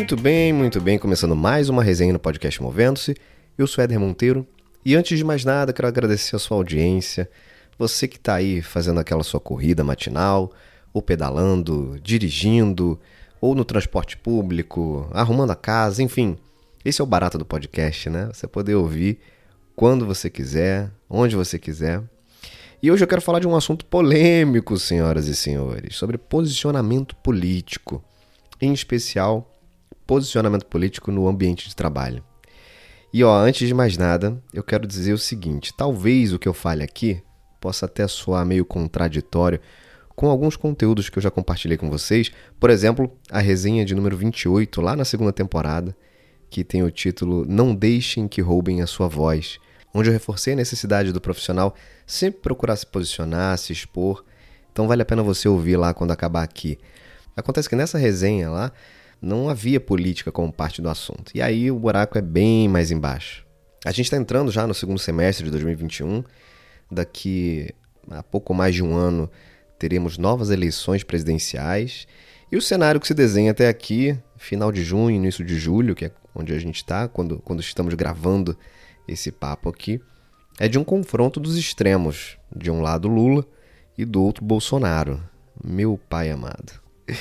Muito bem, começando mais uma resenha no podcast Movendo-se. Eu sou Éder Monteiro e antes de mais nada quero agradecer a sua audiência, você que está aí fazendo aquela sua corrida matinal, ou pedalando, dirigindo, ou no transporte público, arrumando a casa, enfim. Esse é o barato do podcast, né? Você poder ouvir quando você quiser, onde você quiser. E hoje eu quero falar de um assunto polêmico, senhoras e senhores, sobre posicionamento político, em especial posicionamento político no ambiente de trabalho. E antes de mais nada, eu quero dizer o seguinte, talvez o que eu fale aqui possa até soar meio contraditório com alguns conteúdos que eu já compartilhei com vocês, por exemplo, a resenha de número 28, lá na segunda temporada, que tem o título Não Deixem que Roubem a Sua Voz, onde eu reforcei a necessidade do profissional sempre procurar se posicionar, se expor, então vale a pena você ouvir lá quando acabar aqui. Acontece que nessa resenha lá, não havia política como parte do assunto. E aí o buraco é bem mais embaixo. A gente está entrando já no segundo semestre de 2021. Daqui a pouco mais de um ano teremos novas eleições presidenciais. E o cenário que se desenha até aqui, final de junho, início de julho, que é onde a gente está, quando estamos gravando esse papo aqui, é de um confronto dos extremos. De um lado Lula e do outro Bolsonaro. Meu pai amado.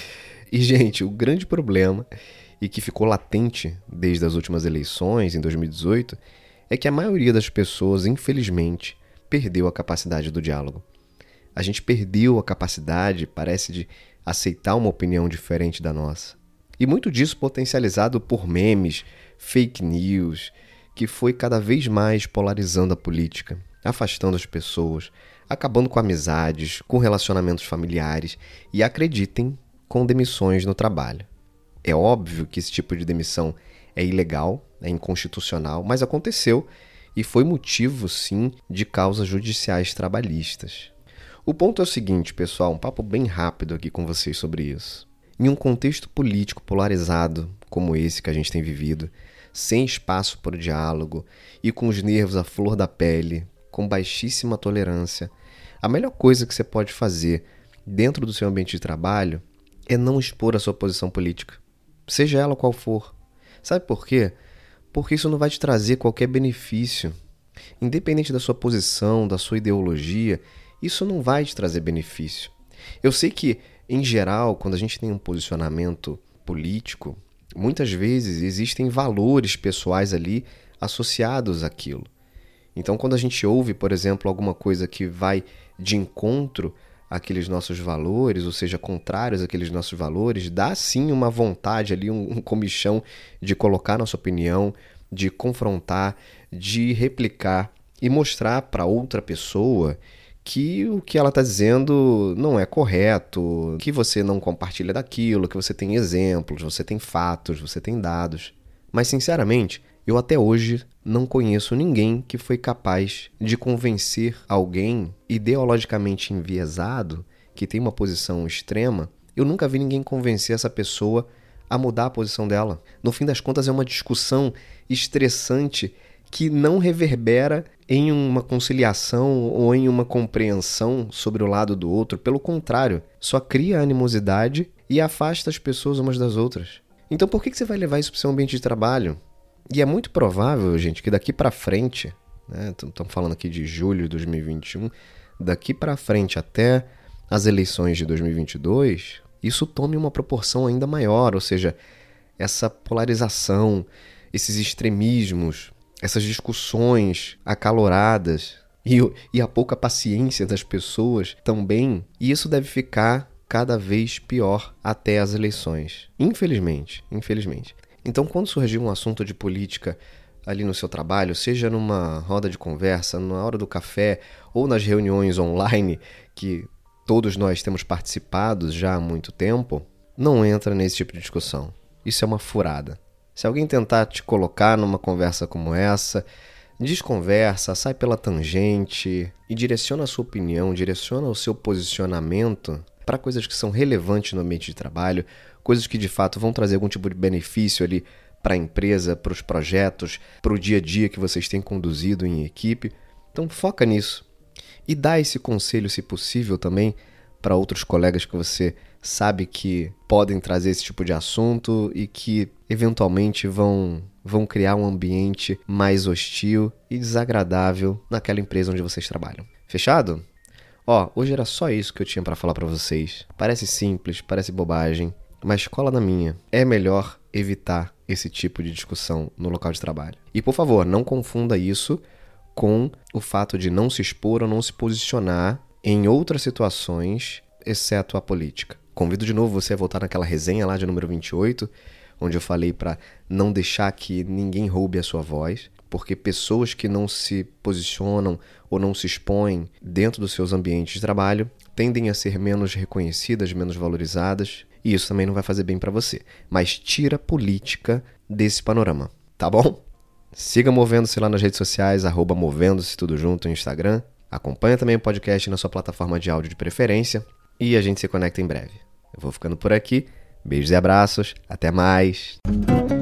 E, gente, o grande problema, e que ficou latente desde as últimas eleições, em 2018, é que a maioria das pessoas, infelizmente, perdeu a capacidade do diálogo. A gente perdeu a capacidade, parece, de aceitar uma opinião diferente da nossa. E muito disso potencializado por memes, fake news, que foi cada vez mais polarizando a política, afastando as pessoas, acabando com amizades, com relacionamentos familiares e, acreditem, com demissões no trabalho. É óbvio que esse tipo de demissão é ilegal, é inconstitucional, mas aconteceu e foi motivo, sim, de causas judiciais trabalhistas. O ponto é o seguinte, pessoal, um papo bem rápido aqui com vocês sobre isso. Em um contexto político polarizado como esse que a gente tem vivido, sem espaço para o diálogo e com os nervos à flor da pele, com baixíssima tolerância, a melhor coisa que você pode fazer dentro do seu ambiente de trabalho é não expor a sua posição política, seja ela qual for. Sabe por quê? Porque isso não vai te trazer qualquer benefício. Independente da sua posição, da sua ideologia, isso não vai te trazer benefício. Eu sei que, em geral, quando a gente tem um posicionamento político, muitas vezes existem valores pessoais ali associados àquilo. Então, quando a gente ouve, por exemplo, alguma coisa que vai de encontro aqueles nossos valores, ou seja, contrários àqueles nossos valores, dá sim uma vontade ali, um comichão de colocar nossa opinião, de confrontar, de replicar e mostrar para outra pessoa que o que ela está dizendo não é correto, que você não compartilha daquilo, que você tem exemplos, você tem fatos, você tem dados. Mas, sinceramente, eu até hoje não conheço ninguém que foi capaz de convencer alguém ideologicamente enviesado, que tem uma posição extrema. Eu nunca vi ninguém convencer essa pessoa a mudar a posição dela. No fim das contas, é uma discussão estressante que não reverbera em uma conciliação ou em uma compreensão sobre o lado do outro. Pelo contrário, só cria animosidade e afasta as pessoas umas das outras. Então por que você vai levar isso para o seu ambiente de trabalho? E é muito provável, gente, que daqui para frente, né, estamos falando aqui de julho de 2021, daqui para frente até as eleições de 2022, isso tome uma proporção ainda maior, ou seja, essa polarização, esses extremismos, essas discussões acaloradas e a pouca paciência das pessoas também, e isso deve ficar cada vez pior até as eleições. Infelizmente. Então, quando surgir um assunto de política ali no seu trabalho, seja numa roda de conversa, na hora do café ou nas reuniões online que todos nós temos participado já há muito tempo, não entra nesse tipo de discussão. Isso é uma furada. Se alguém tentar te colocar numa conversa como essa, desconversa, sai pela tangente e direciona a sua opinião, direciona o seu posicionamento para coisas que são relevantes no ambiente de trabalho, coisas que de fato vão trazer algum tipo de benefício ali para a empresa, para os projetos, para o dia a dia que vocês têm conduzido em equipe. Então foca nisso. E dá esse conselho, se possível, também para outros colegas que você sabe que podem trazer esse tipo de assunto e que eventualmente vão criar um ambiente mais hostil e desagradável naquela empresa onde vocês trabalham. Fechado? Hoje era só isso que eu tinha para falar para vocês. Parece simples, parece bobagem, mas cola na minha. É melhor evitar esse tipo de discussão no local de trabalho. E, por favor, não confunda isso com o fato de não se expor ou não se posicionar em outras situações, exceto a política. Convido de novo você a voltar naquela resenha lá de número 28, onde eu falei para não deixar que ninguém roube a sua voz, porque pessoas que não se posicionam ou não se expõem dentro dos seus ambientes de trabalho tendem a ser menos reconhecidas, menos valorizadas, e isso também não vai fazer bem para você. Mas tira a política desse panorama, tá bom? Siga Movendo-se lá nas redes sociais, @Movendo-se tudo junto no Instagram. Acompanha também o podcast na sua plataforma de áudio de preferência e a gente se conecta em breve. Eu vou ficando por aqui. Beijos e abraços. Até mais.